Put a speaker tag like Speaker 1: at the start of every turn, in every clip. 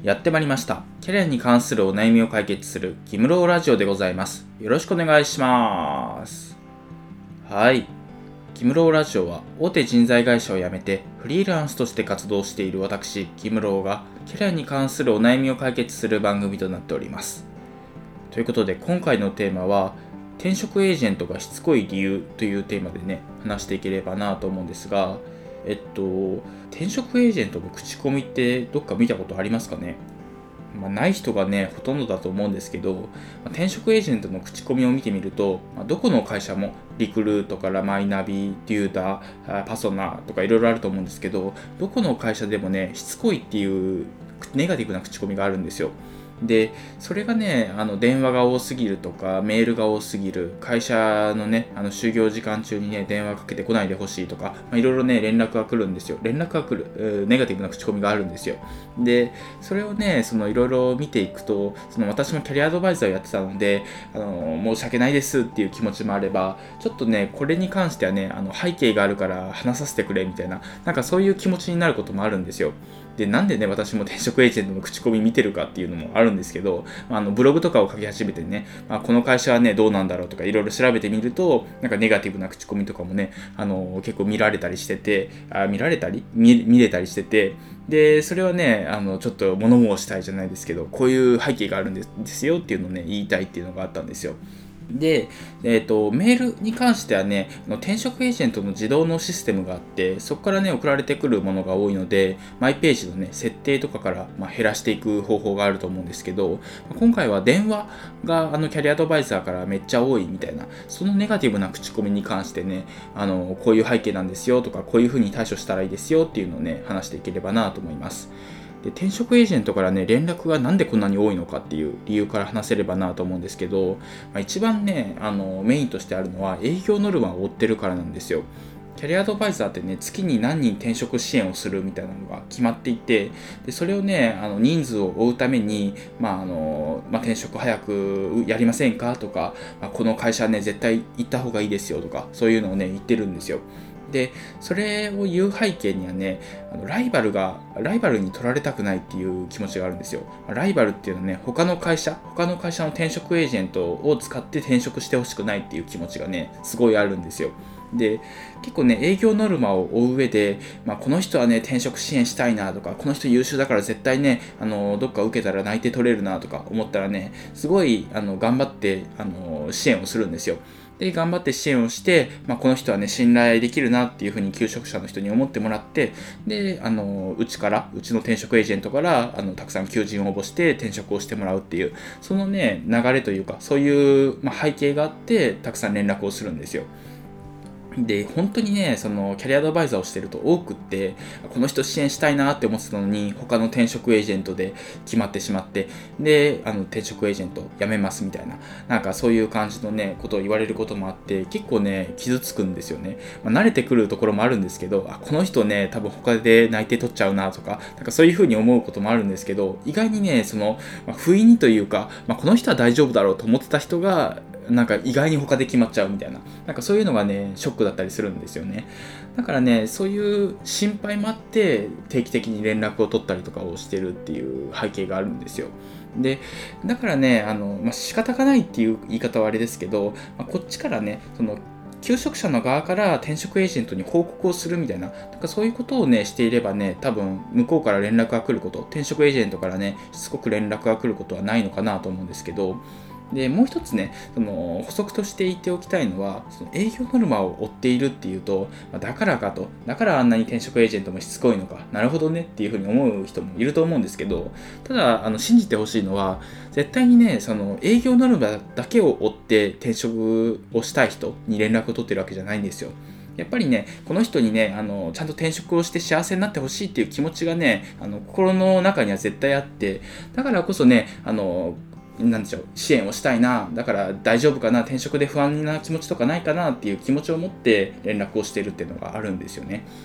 Speaker 1: やってまいりました。キャリアに関するお悩みを解決するギムローラジオでございます。よろしくお願いします。はい。ギムローラジオは大手人材会社を辞めてフリーランスとして活動している私、ギムローがキャリアに関するお悩みを解決する番組となっております。ということで今回のテーマは転職エージェントがしつこい理由というテーマでね、話していければなと思うんですが、転職エージェントの口コミってどっか見たことありますかね。ない人がね、ほとんどだと思うんですけど、転職エージェントの口コミを見てみると、どこの会社もリクルートからマイナビ、デューダー、パソナとかいろいろあると思うんですけど、どこの会社でもね、しつこいっていうネガティブな口コミがあるんですよ。で、それがね、電話が多すぎるとか、メールが多すぎる、会社のね、就業時間中にね、電話かけてこないでほしいとか、いろいろね、連絡が来るんですよ。連絡が来る、ネガティブな口コミがあるんですよ。で、それをね、いろいろ見ていくと、私もキャリアアドバイザーをやってたので、申し訳ないですっていう気持ちもあれば、ちょっとね、これに関してはね、背景があるから話させてくれみたいな、なんかそういう気持ちになることもあるんですよ。で、なんでね、私も転職エージェントの口コミ見てるかっていうのもあるんですけど、ブログとかを書き始めてね、この会社はね、どうなんだろうとかいろいろ調べてみると、なんかネガティブな口コミとかもね、結構見られたりしてて、見れたりしてて、で、それはね、ちょっと物申したいじゃないですけど、こういう背景があるんですよっていうのをね、言いたいっていうのがあったんですよ。で、メールに関してはね、転職エージェントの自動のシステムがあって、そこからね、送られてくるものが多いので、マイページのね、設定とかから、減らしていく方法があると思うんですけど、今回は電話がキャリアアドバイザーからめっちゃ多いみたいな、そのネガティブな口コミに関してね、こういう背景なんですよとか、こういう風に対処したらいいですよっていうのをね、話していければなと思います。で、転職エージェントからね、連絡がなんでこんなに多いのかっていう理由から話せればなと思うんですけど、一番ね、メインとしてあるのは営業ノルマを追ってるからなんですよ。キャリアアドバイザーってね、月に何人転職支援をするみたいなのが決まっていて、でそれをね、人数を追うために、転職早くやりませんかとか、この会社ね、絶対行った方がいいですよとか、そういうのをね、言ってるんですよ。で、それを言う背景にはね、ライバルに取られたくないっていう気持ちがあるんですよ。ライバルっていうのはね、他の会社の転職エージェントを使って転職してほしくないっていう気持ちがね、すごいあるんですよ。で、結構ね、営業ノルマを追う上で、この人はね、転職支援したいなとか、この人優秀だから絶対ね、どっか受けたら内定取れるなとか思ったらね、すごい、頑張って、支援をするんですよ。で、頑張って支援をして、この人はね、信頼できるなっていうふうに求職者の人に思ってもらって、で、うちの転職エージェントから、たくさん求人を応募して転職をしてもらうっていう、そのね、流れというか、そういう、背景があって、たくさん連絡をするんですよ。で、本当にね、キャリアアドバイザーをしてると多くって、この人支援したいなって思ってたのに、他の転職エージェントで決まってしまって、で、転職エージェント辞めますみたいな、なんかそういう感じのね、ことを言われることもあって、結構ね、傷つくんですよね。慣れてくるところもあるんですけど、この人ね、多分他で内定取っちゃうなとか、なんかそういう風に思うこともあるんですけど、意外にね、不意にというか、この人は大丈夫だろうと思ってた人が、なんか意外に他で決まっちゃうみたいな、なんかそういうのがね、ショックだったりするんですよね。だからね、そういう心配もあって定期的に連絡を取ったりとかをしてるっていう背景があるんですよ。で、だからね、仕方がないっていう言い方はあれですけど、こっちからね、求職者の側から転職エージェントに報告をするみたいな、なんかそういうことをね、していればね、多分向こうから連絡が来ること、転職エージェントからね、しつこく連絡が来ることはないのかなと思うんですけど、で、もう一つね、補足として言っておきたいのは、営業ノルマを追っているっていうと、だからあんなに転職エージェントもしつこいのか、なるほどねっていうふうに思う人もいると思うんですけど、ただ、信じてほしいのは、絶対にね、営業ノルマだけを追って転職をしたい人に連絡を取ってるわけじゃないんですよ。やっぱりね、この人にね、ちゃんと転職をして幸せになってほしいっていう気持ちがね、心の中には絶対あって、だからこそね、なんでしょう、支援をしたいな、だから大丈夫かな、転職で不安な気持ちとかないかなっていう気持ちを持って連絡をしているっていうのがあるんですよね。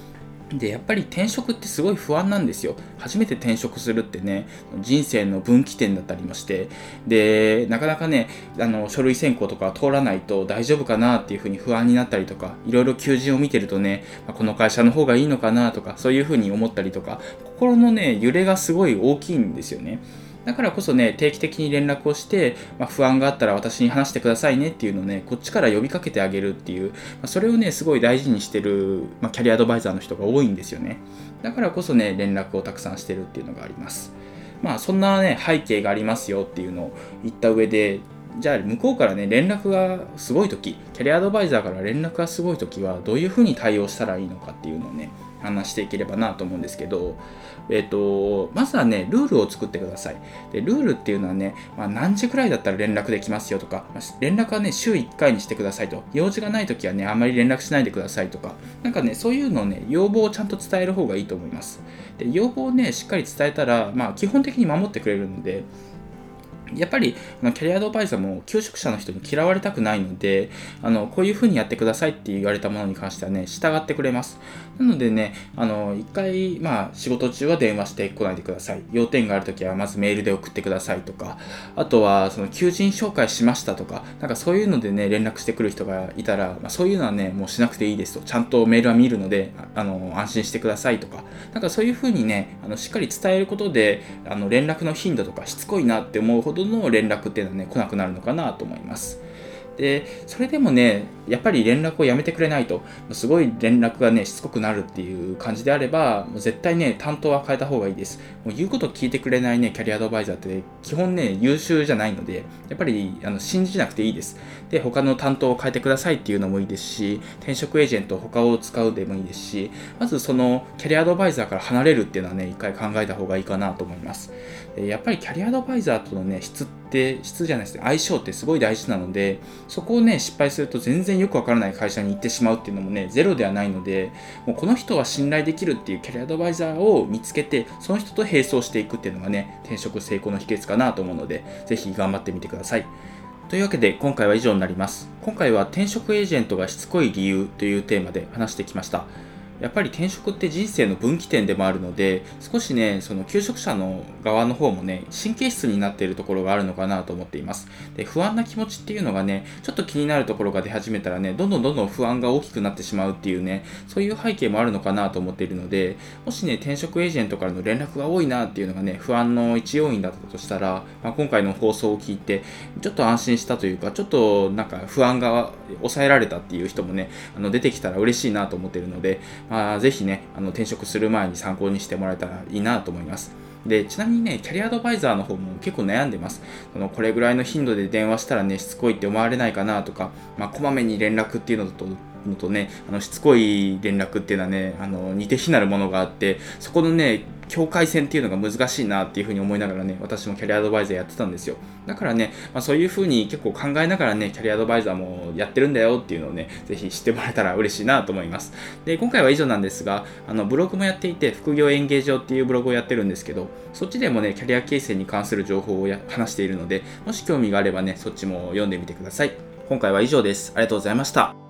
Speaker 1: で、やっぱり転職ってすごい不安なんですよ。初めて転職するってね、人生の分岐点だったりもして、で、なかなかね、書類選考とか通らないと大丈夫かなっていうふうに不安になったりとか、いろいろ求人を見てるとね、この会社の方がいいのかなとか、そういうふうに思ったりとか、心のね、揺れがすごい大きいんですよね。だからこそね、定期的に連絡をして、不安があったら私に話してくださいねっていうのをね、こっちから呼びかけてあげるっていう、それをね、すごい大事にしてる、キャリアアドバイザーの人が多いんですよね。だからこそね、連絡をたくさんしてるっていうのがあります。そんなね、背景がありますよっていうのを言った上で、じゃあ向こうからね、連絡がすごいとき、キャリアアドバイザーから連絡がすごいときは、どういうふうに対応したらいいのかっていうのをね、話していければなと思うんですけど、まずはね、ルールを作ってください。で、ルールっていうのはね、何時くらいだったら連絡できますよとか、連絡はね、週1回にしてくださいと。用事がないときはね、あまり連絡しないでくださいとか、なんかね、そういうのをね、要望をちゃんと伝える方がいいと思います。で、要望をね、しっかり伝えたら、基本的に守ってくれるので、やっぱりキャリアアドバイザーも求職者の人に嫌われたくないので、こういうふうにやってくださいって言われたものに関してはね、従ってくれます。なのでね、一回、仕事中は電話してこないでください。要点があるときはまずメールで送ってくださいとか、あとはその求人紹介しましたとか、なんかそういうのでね、連絡してくる人がいたら、そういうのはね、もうしなくていいですと。ちゃんとメールは見るので、安心してくださいとか、なんかそういうふうにね、しっかり伝えることで、連絡の頻度とかしつこいなって思うほどの連絡っていうのはね、来なくなるのかなと思います。で、それでもね、やっぱり連絡をやめてくれないと、すごい連絡がね、しつこくなるっていう感じであれば、もう絶対ね、担当は変えた方がいいです。もう言うこと聞いてくれないね、キャリアアドバイザーって基本ね、優秀じゃないので、やっぱり信じなくていいです。で、他の担当を変えてくださいっていうのもいいですし、転職エージェント他を使うでもいいですし、まずそのキャリアアドバイザーから離れるっていうのはね、一回考えた方がいいかなと思います。やっぱりキャリアアドバイザーとのね、質じゃないですね、相性ってすごい大事なので、そこをね、失敗すると全然よくわからない会社に行ってしまうっていうのもね、ゼロではないので、もうこの人は信頼できるっていうキャリアアドバイザーを見つけて、その人と並走していくっていうのがね、転職成功の秘訣かなと思うので、ぜひ頑張ってみてください。というわけで今回は以上になります。今回は転職エージェントがしつこい理由というテーマで話してきました。やっぱり転職って人生の分岐点でもあるので、少しね、その求職者の側の方もね、神経質になっているところがあるのかなと思っています。で、不安な気持ちっていうのがね、ちょっと気になるところが出始めたらね、どんどん不安が大きくなってしまうっていうね、そういう背景もあるのかなと思っているので、もしね、転職エージェントからの連絡が多いなっていうのがね、不安の一要因だったとしたら、今回の放送を聞いて、ちょっと安心したというか、ちょっとなんか不安が抑えられたっていう人もね、出てきたら嬉しいなと思っているので、ぜひね、転職する前に参考にしてもらえたらいいなと思います。で、ちなみにね、キャリアアドバイザーの方も結構悩んでます。これぐらいの頻度で電話したらね、しつこいって思われないかなとか、こまめに連絡っていうのとね、しつこい連絡っていうのはね、似て非なるものがあって、そこのね、境界線っていうのが難しいなっていうふうに思いながらね、私もキャリアアドバイザーやってたんですよ。だからね、そういうふうに結構考えながらね、キャリアアドバイザーもやってるんだよっていうのをね、ぜひ知ってもらえたら嬉しいなと思います。で、今回は以上なんですが、ブログもやっていて、副業演芸場っていうブログをやってるんですけど、そっちでもね、キャリア形成に関する情報を話しているので、もし興味があればね、そっちも読んでみてください。今回は以上です。ありがとうございました。